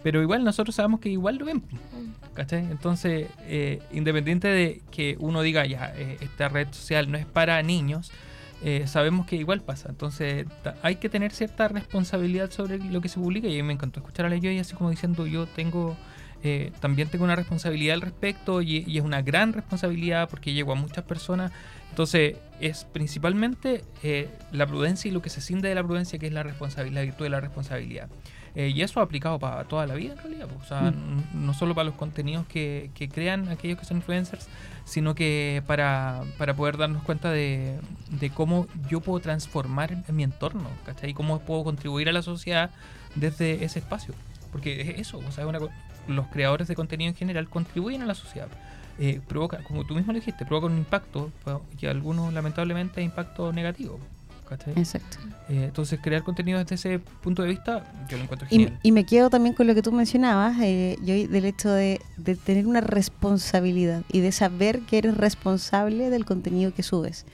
pero igual nosotros sabemos que igual lo ven, ¿cachai? Entonces, independiente de que uno diga, ya, esta red social no es para niños, sabemos que igual pasa. Entonces, hay que tener cierta responsabilidad sobre lo que se publica, y a mí me encantó escuchar a la Joy así como diciendo, yo también tengo una responsabilidad al respecto, y es una gran responsabilidad porque llego a muchas personas. Entonces es principalmente la prudencia y lo que se cinde de la prudencia, que es la responsabilidad, la virtud de la responsabilidad. Y eso aplicado para toda la vida en realidad, pues. O sea, no solo para los contenidos que crean aquellos que son influencers, sino que para poder darnos cuenta de cómo yo puedo transformar mi entorno, ¿cachai? Y cómo puedo contribuir a la sociedad desde ese espacio. Porque es eso, o sea, los creadores de contenido en general contribuyen a la sociedad. Provoca, como tú mismo lo dijiste, provoca un impacto, que algunos lamentablemente es impacto negativo, ¿cachai? Exacto. Entonces crear contenido desde ese punto de vista yo lo encuentro genial. Y me quedo también con lo que tú mencionabas, yo, del hecho de tener una responsabilidad y de saber que eres responsable del contenido que subes.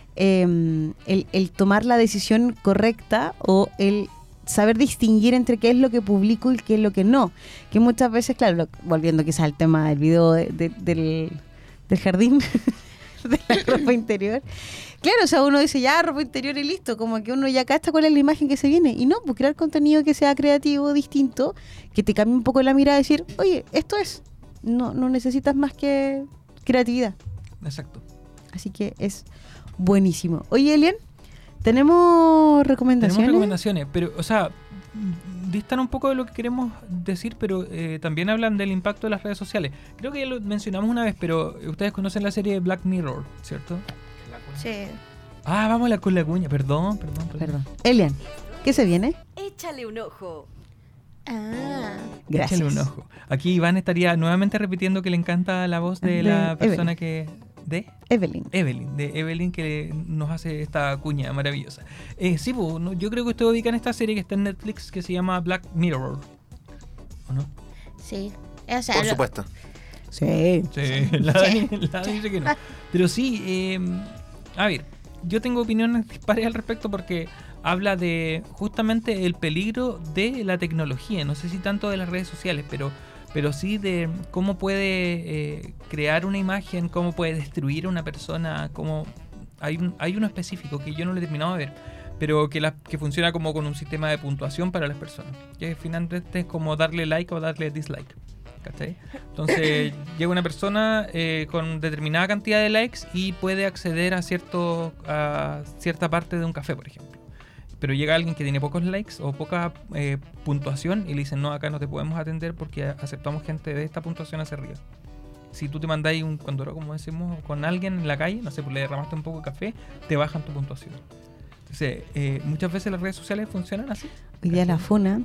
El tomar la decisión correcta, o el saber distinguir entre qué es lo que publico y qué es lo que no. Que muchas veces, claro, volviendo quizás al tema del video del jardín, de la ropa interior. Claro, o sea, uno dice ya ropa interior y listo, como que uno ya capta cuál es la imagen que se viene. Y no, pues crear contenido que sea creativo, distinto, que te cambie un poco la mirada y decir, oye, esto es, no necesitas más que creatividad. Exacto. Así que es buenísimo. Oye, Elian, ¿tenemos recomendaciones? Tenemos recomendaciones, pero, o sea, distan un poco de lo que queremos decir, pero también hablan del impacto de las redes sociales. Creo que ya lo mencionamos una vez, pero ustedes conocen la serie Black Mirror, ¿cierto? Sí. Ah, vamos con la cuña, perdón. Elian, ¿qué se viene? Échale un ojo. Ah. Gracias. Échale un ojo. Aquí Iván estaría nuevamente repitiendo que le encanta la voz de la persona de Evelyn, que nos hace esta cuña maravillosa. Sí, pues, yo creo que ustedes ubican esta serie que está en Netflix que se llama Black Mirror, ¿o no? Sí. O sea, Por supuesto. Sí. La dice que no. Pero sí, a ver, yo tengo opiniones dispares al respecto porque habla de justamente el peligro de la tecnología. No sé si tanto de las redes sociales, pero sí de cómo puede crear una imagen, cómo puede destruir a una persona, cómo hay uno específico que yo no lo he terminado de ver, pero que funciona como con un sistema de puntuación para las personas, que finalmente es como darle like o darle dislike, ¿cachai? Entonces llega una persona con determinada cantidad de likes y puede acceder a cierta parte de un café, por ejemplo. Pero llega alguien que tiene pocos likes o poca puntuación y le dicen, no, acá no te podemos atender porque aceptamos gente de esta puntuación hacia arriba. Si tú te mandáis un condoro, como decimos, con alguien en la calle, no sé, pues le derramaste un poco de café, te bajan tu puntuación. Entonces, muchas veces las redes sociales funcionan así. Hoy día la funa.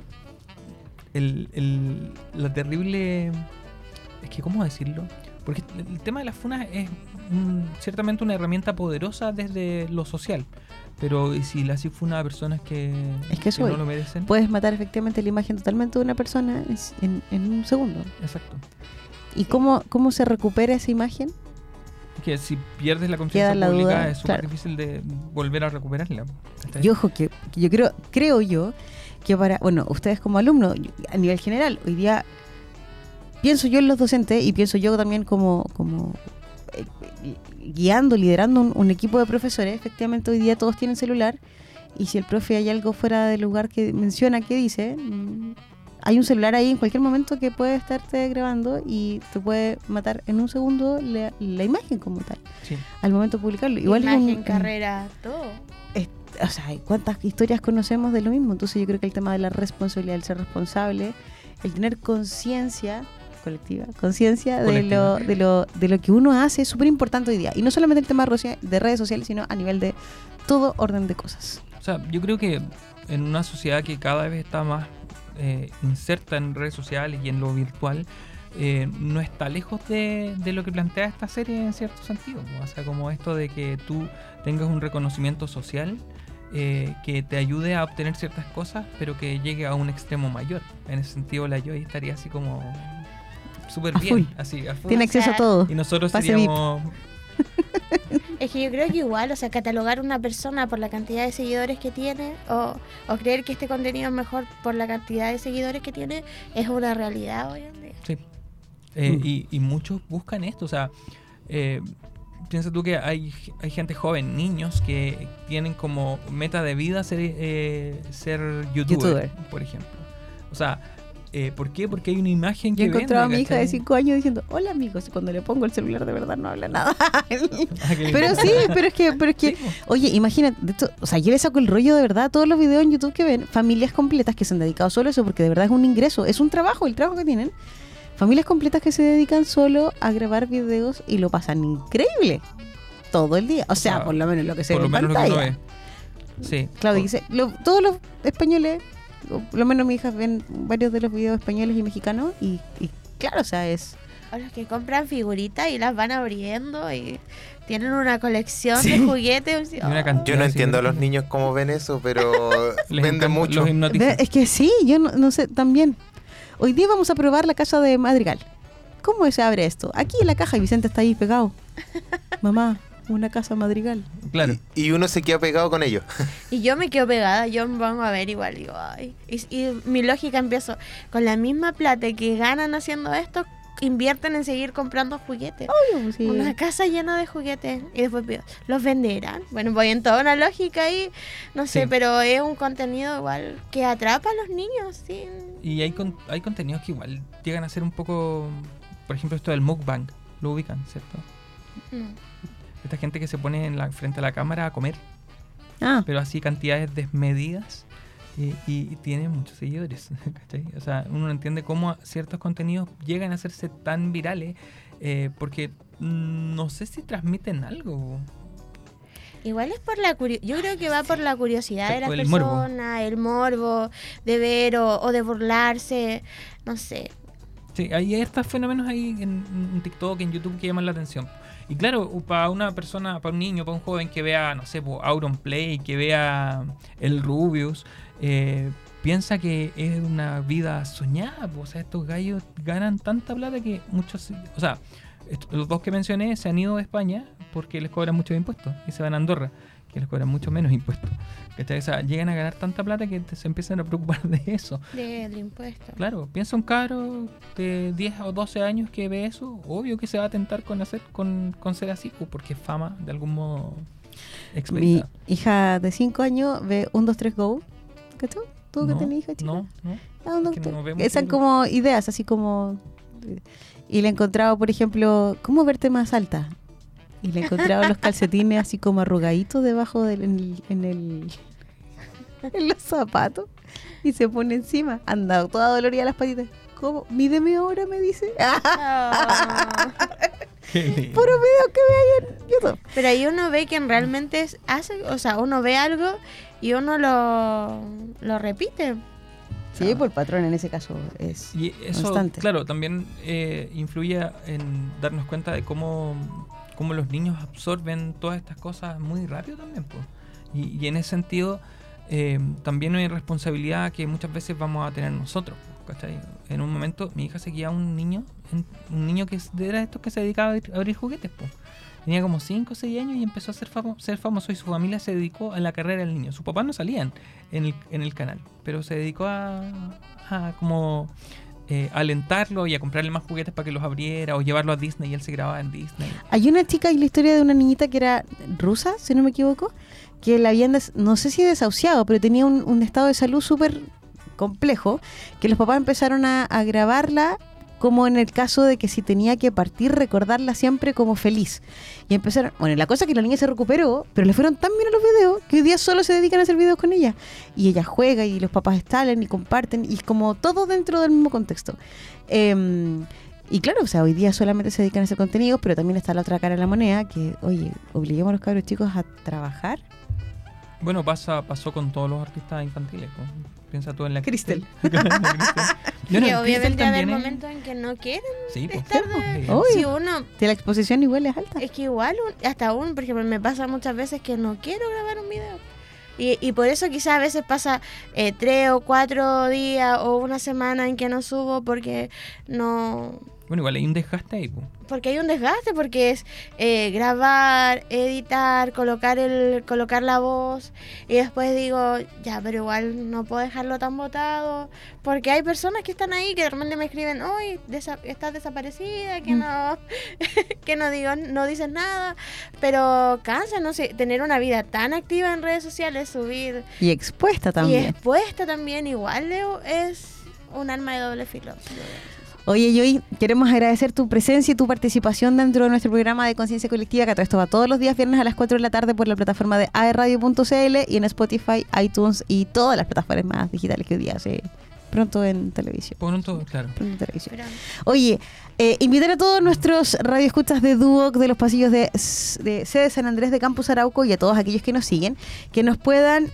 La terrible... Es que, ¿cómo decirlo? Porque el tema de las funas es ciertamente una herramienta poderosa desde lo social. Pero si le haces funa a personas que no lo merecen... Puedes matar efectivamente la imagen totalmente de una persona en un segundo. Exacto. ¿Y cómo se recupera esa imagen? Que si pierdes la confianza pública es súper difícil de volver a recuperarla. Y ojo, que yo creo yo que ustedes como alumnos, a nivel general, hoy día pienso yo en los docentes y pienso yo también como guiando, liderando un equipo de profesores. Efectivamente hoy día todos tienen celular y si el profe hay algo fuera del lugar que menciona, que dice, hay un celular ahí en cualquier momento que puede estarte grabando y te puede matar en un segundo la imagen como tal, sí, al momento de publicarlo. Igual imagen, carrera, todo. O sea, ¿cuántas historias conocemos de lo mismo? Entonces yo creo que el tema de la responsabilidad, el ser responsable, el tener conciencia colectiva, conciencia de lo que uno hace es súper importante hoy día. Y no solamente el tema de redes sociales, sino a nivel de todo orden de cosas. O sea, yo creo que en una sociedad que cada vez está más inserta en redes sociales y en lo virtual, no está lejos de lo que plantea esta serie en cierto sentido. O sea, como esto de que tú tengas un reconocimiento social que te ayude a obtener ciertas cosas, pero que llegue a un extremo mayor. En ese sentido, la Joy estaría así como súper bien, así, a full. Tiene acceso a todo. Y nosotros seríamos Es que yo creo que igual, o sea, catalogar a una persona por la cantidad de seguidores que tiene o creer que este contenido es mejor por la cantidad de seguidores que tiene es una realidad hoy en día. Sí. Y muchos buscan esto, o sea, piensa tú que hay gente joven, niños que tienen como meta de vida ser youtuber, por ejemplo. O sea, ¿por qué? Porque hay una imagen Yo que encontraba a vende, mi hija de ¿cachai? 5 años diciendo, hola amigos, y cuando le pongo el celular de verdad no habla nada. qué Pero lindo. sí, pero es que, Sí, po. oye, imagínate, o sea, yo le saco el rollo de verdad a todos los videos en YouTube que ven, familias completas que se han dedicado solo a eso, porque de verdad es un ingreso, es un trabajo, el trabajo que tienen. Familias completas que se dedican solo a grabar videos y lo pasan increíble todo el día. O sea, por lo menos lo que se por ve lo en menos lo que uno pantalla. ve. Sí. Claudia dice, todos los españoles, o por lo menos mi hija ven varios de los videos españoles y mexicanos y claro, o sea, es... O los que compran figuritas y las van abriendo y tienen una colección Sí. de juguetes. Y una cantidad Yo no de entiendo a los seguidores. niños cómo ven eso, pero Les venden encanta, mucho. los hipnotiza. Es que sí, yo no sé, también. Hoy día vamos a probar la casa de Madrigal. ¿Cómo se abre esto? Aquí en la caja y Vicente está ahí pegado. Mamá, una casa Madrigal. Claro. Y uno se queda pegado con ellos. Y yo me quedo pegada, yo me pongo a ver igual, digo, ay. Y mi lógica empiezo, con la misma plata que ganan haciendo esto, invierten en seguir comprando juguetes. Obvio, pues sí. Una casa llena de juguetes. Y después pido, ¿los venderán? Bueno, voy en toda una lógica ahí, no sé, Sí. pero es un contenido igual que atrapa a los niños, sí. Y hay contenidos que igual llegan a ser un poco, por ejemplo, esto del mukbang, lo ubican, ¿cierto? No. Esta gente que se pone frente a la cámara a comer, Ah, pero así cantidades desmedidas y tiene muchos seguidores, ¿cachai? O sea, uno no entiende cómo ciertos contenidos llegan a hacerse tan virales porque no sé si transmiten algo. Igual es por la yo creo que va por la curiosidad de la El morbo. persona, el morbo de ver o de burlarse, no sé. Sí, hay estos fenómenos ahí en TikTok, en YouTube que llaman la atención. Y claro, para una persona, para un niño, para un joven que vea, no sé, Auronplay, que vea el Rubius, piensa que es una vida soñada. O sea, estos gallos ganan tanta plata que muchos... O sea, los dos que mencioné se han ido de España porque les cobran muchos impuestos y se van a Andorra, que les cobran mucho menos impuestos. ¿Cachai? O sea, llegan a ganar tanta plata que se empiezan a preocupar de eso. Del impuesto. Claro, piensa un cabro de 10 o 12 años que ve eso, obvio que se va a tentar con ser así, pues, porque es fama de algún modo mi expedita. hija de 5 años ve 1, 2, 3, Go. ¿Cachai? ¿Tú que No, tenés hija chica? No, Ah, 1, 2, que 3. no ve mucho Esas YouTube. como ideas, así como... Y le he encontrado, por ejemplo, ¿cómo verte más alta? Y le he encontrado los calcetines así como arrugaditos debajo en los zapatos. Y se pone encima. Anda toda dolorida las patitas. ¿Cómo? Mídeme ahora, me dice. Oh. Qué lindo. Puro video que ve ahí en YouTube. Pero ahí uno ve que realmente hace, o sea, uno ve algo y uno lo repite. Sí, por el patrón en ese caso es Y eso, constante. claro, también influye en darnos cuenta de cómo los niños absorben todas estas cosas muy rápido también, pues. Y en ese sentido, también hay responsabilidad que muchas veces vamos a tener nosotros, ¿cachai? En un momento, mi hija seguía a un niño que era de estos que se dedicaba a abrir juguetes, pues. Tenía como 5 o 6 años y empezó a ser famoso y su familia se dedicó a la carrera del niño. Sus papás no salían en el canal, pero se dedicó a como alentarlo y a comprarle más juguetes para que los abriera o llevarlo a Disney y él se grababa en Disney. Hay una chica y la historia de una niñita que era rusa, si no me equivoco, que la habían, no sé si desahuciado, pero tenía un estado de salud súper complejo, que los papás empezaron a grabarla como en el caso de que si tenía que partir, recordarla siempre como feliz. Y empezaron, bueno, la cosa es que la niña se recuperó, pero le fueron tan bien a los videos que hoy día solo se dedican a hacer videos con ella. Y ella juega y los papás salen y comparten, y es como todo dentro del mismo contexto. Y claro, o sea, hoy día solamente se dedican a hacer contenidos, pero también está la otra cara de la moneda, que, oye, obliguemos a los cabros chicos a trabajar. Bueno, pasó con todos los artistas infantiles. ¿No? Piensa tú en la Cristel. Bueno, Que Cristel obviamente hay también es- momento en que no quieren Sí, pues. estar de... Obvio. Si uno... Si la exposición igual es alta. Es que igual, hasta aún, por ejemplo, me pasa muchas veces que no quiero grabar un video. Y por eso quizás a veces pasa 3 o 4 días o una semana en que no subo porque no Bueno, igual hay un desgaste ahí, po. Porque hay un desgaste, porque es grabar, editar, colocar la voz, y después digo, ya, pero igual no puedo dejarlo tan botado, porque hay personas que están ahí que de repente me escriben, hoy estás desaparecida, que no que no dices nada, pero cansa, no sé, tener una vida tan activa en redes sociales, subir Y expuesta y también. expuesta también, igual es un arma de doble filo. Oye, Joy, queremos agradecer tu presencia y tu participación dentro de nuestro programa de Conciencia Colectiva, que todo esto va todos los días viernes a las 4 de la tarde por la plataforma de aerradio.cl y en Spotify, iTunes y todas las plataformas más digitales que hoy día se pronto en televisión. Pronto, claro. Pronto en televisión. Pero, Oye, invitar a todos nuestros radioescuchas de Duoc de los pasillos de sede San Andrés de Campus Arauco y a todos aquellos que nos siguen, que nos puedan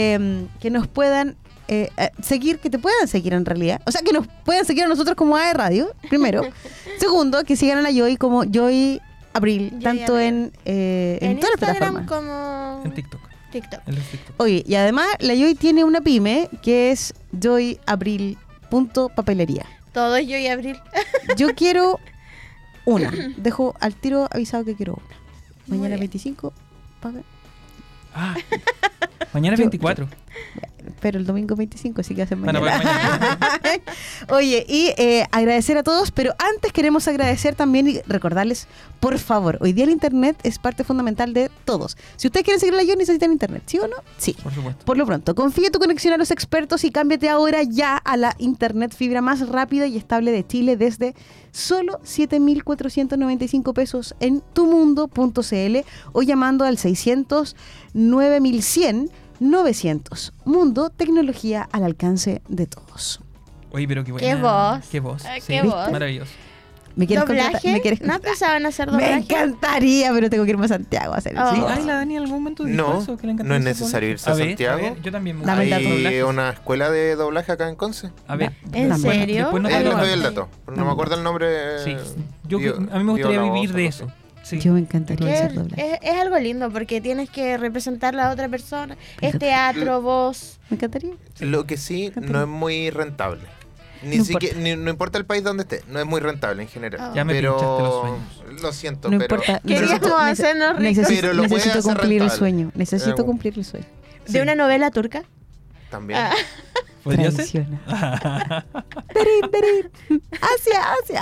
seguir, que te puedan seguir en realidad. O sea, que nos puedan seguir a nosotros como AE Radio, primero. Segundo, que sigan a la Joy como Joy Abril, Joy tanto Abril. en todas las Instagram plataformas. como En TikTok. TikTok. En los TikTok. Oye, y además la Joy tiene una pyme que es joyabril.papelería. Todo es yo y Abril. Yo quiero una. Dejo al tiro avisado que quiero una. Muy Mañana bien. 25, Ah, mañana es Yo- 24. pero el domingo 25, así que hacen Van a mañana. pagar mañana. Oye, y agradecer a todos, pero antes queremos agradecer también y recordarles, por favor, hoy día el internet es parte fundamental de todos. Si ustedes quieren seguir a la Joy, necesitan internet, ¿sí o no? Sí. Por supuesto. Por lo pronto, confía tu conexión a los expertos y cámbiate ahora ya a la internet fibra más rápida y estable de Chile desde solo 7.495 pesos en tumundo.cl o llamando al 600 9100 900. Mundo, tecnología al alcance de todos. Oye, pero qué buena. Qué voz. Qué voz. Ah, Sí, qué voz. Maravilloso. ¿Me quieres contratar? ¿Doblaje? ¿Me quieres ¿No contratar? pensaban en hacer Me doblaje? encantaría, pero tengo que irme a Santiago a hacer Oh. Sí, eso. ay, la Dani en algún momento dijo No, eso, que le encantaba no es ese necesario doblaje. irse a Santiago. ver, yo también me Dame el dato. Hay doblajes. una escuela de doblaje acá en Conce. A ver. ¿En bueno, serio? después no te Les lo doy mando. el dato. pero No me acuerdo el nombre. Sí. Yo, Dio- a mí me gustaría dio la vivir voz, de algo eso. así. Sí. Yo me encantaría Que hacer doblaje. es algo lindo porque tienes que representar a la otra persona. Es Fíjate. teatro, voz. Me encantaría. Lo que sí no es muy rentable. Ni No siquiera, no importa el país donde esté, no es muy rentable en general. Oh. Ya me pero pinchaste los sueños. lo siento, No pero importa. Queríamos hacernos ricos. Pero lo puede necesito hacer cumplir el rentable. sueño. Necesito Eh, cumplir el sueño. De una novela turca. también. Ah. ¿Podría ser? Tradiciona. Berín, berín. Asia.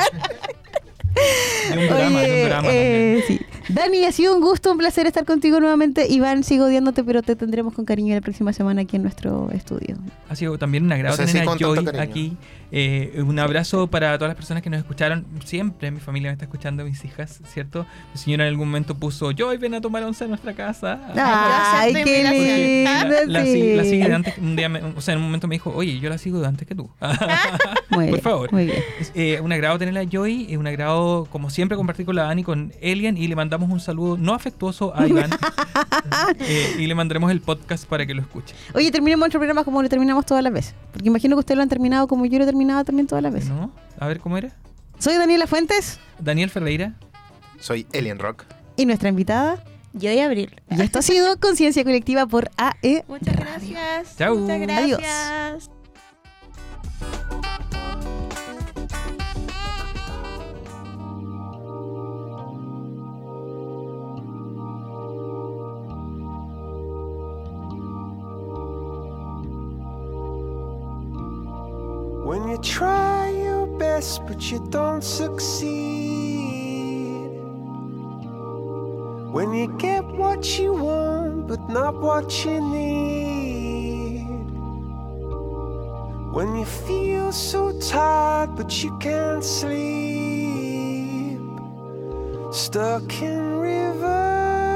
De un drama, de un drama también. Sí. Dani, ha sido un gusto, un placer estar contigo nuevamente. Iván, sigo odiándote, pero te tendremos con cariño la próxima semana aquí en nuestro estudio. Ha sido también un agrado No sé si tener a con tanto Joy cariño. aquí. Un abrazo para todas las personas que nos escucharon. Siempre mi familia me está escuchando, mis hijas, ¿cierto? Mi señora en algún momento puso, Joy, ven a tomar once a nuestra casa. Ay, acepto qué invitación. lindo. La sí. sigue de antes, un día o sea, en un momento me dijo, oye, yo la sigo de antes que tú. Muy Por bien, favor. muy bien. Un agrado tenerla a Joy, un agrado, como siempre, compartir con la Dani, con Elian, y le mandamos un saludo no afectuoso a Iván. Y le mandaremos el podcast para que lo escuche. Oye, terminemos nuestro programa como lo terminamos todas las veces. Porque imagino que ustedes lo han terminado como yo lo he terminado también todas las veces. ¿No? A ver, ¿cómo era? Soy Daniela Fuentes Daniel Ferreira. Soy Alien Rock. y nuestra invitada. Yo y Abril. Y esto ha sido Conciencia Colectiva por AE Muchas Radio. gracias. Chau. Muchas Adiós. gracias. When you try your best but you don't succeed. When you get what you want but not what you need. When you feel so tired but you can't sleep. Stuck in reverse.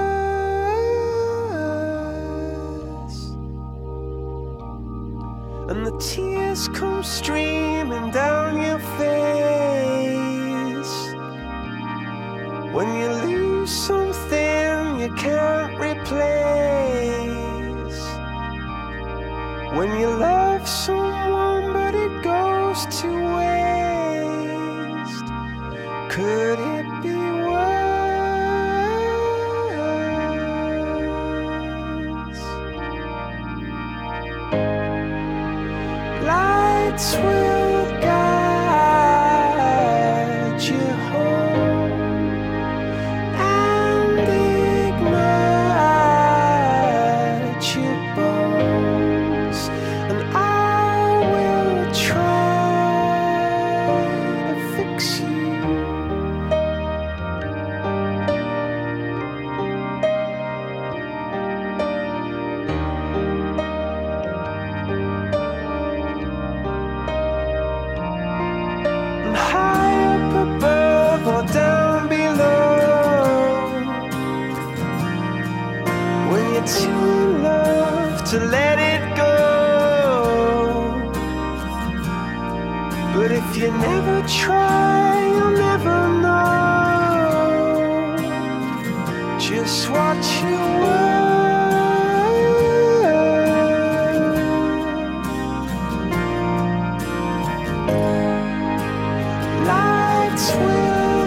And the tears come streaming down your face. When you lose something you can't replace. When you love someone but it goes to waste. Could it be worse? Lights will guide to let it go. But if you never try, you'll never know just what you were. Lights will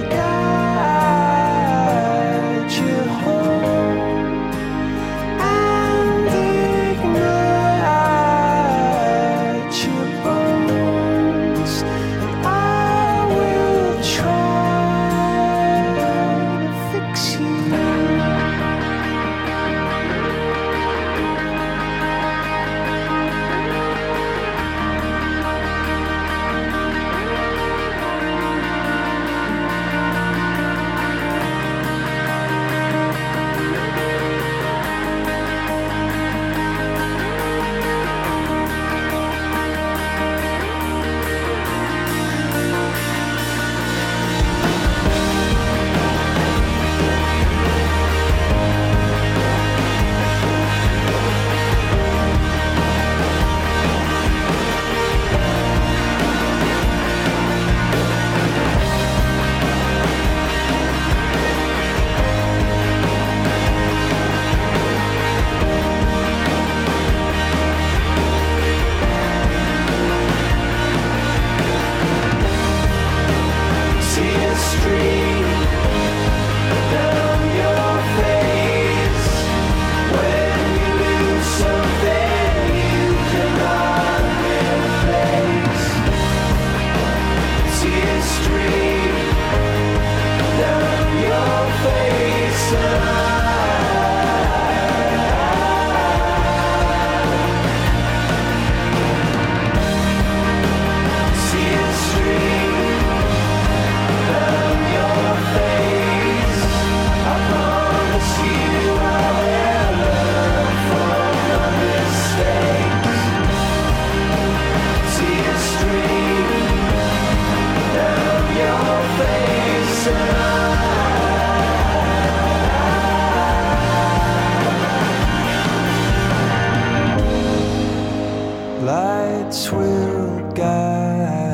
guide you home and ignite your bones, and I will try to fix you. Tears stream down your face when you lose something you cannot replace. Tears stream down your face, tears stream down your face. I promise you I will learn from my mistakes. Tears stream down your face, lights will guide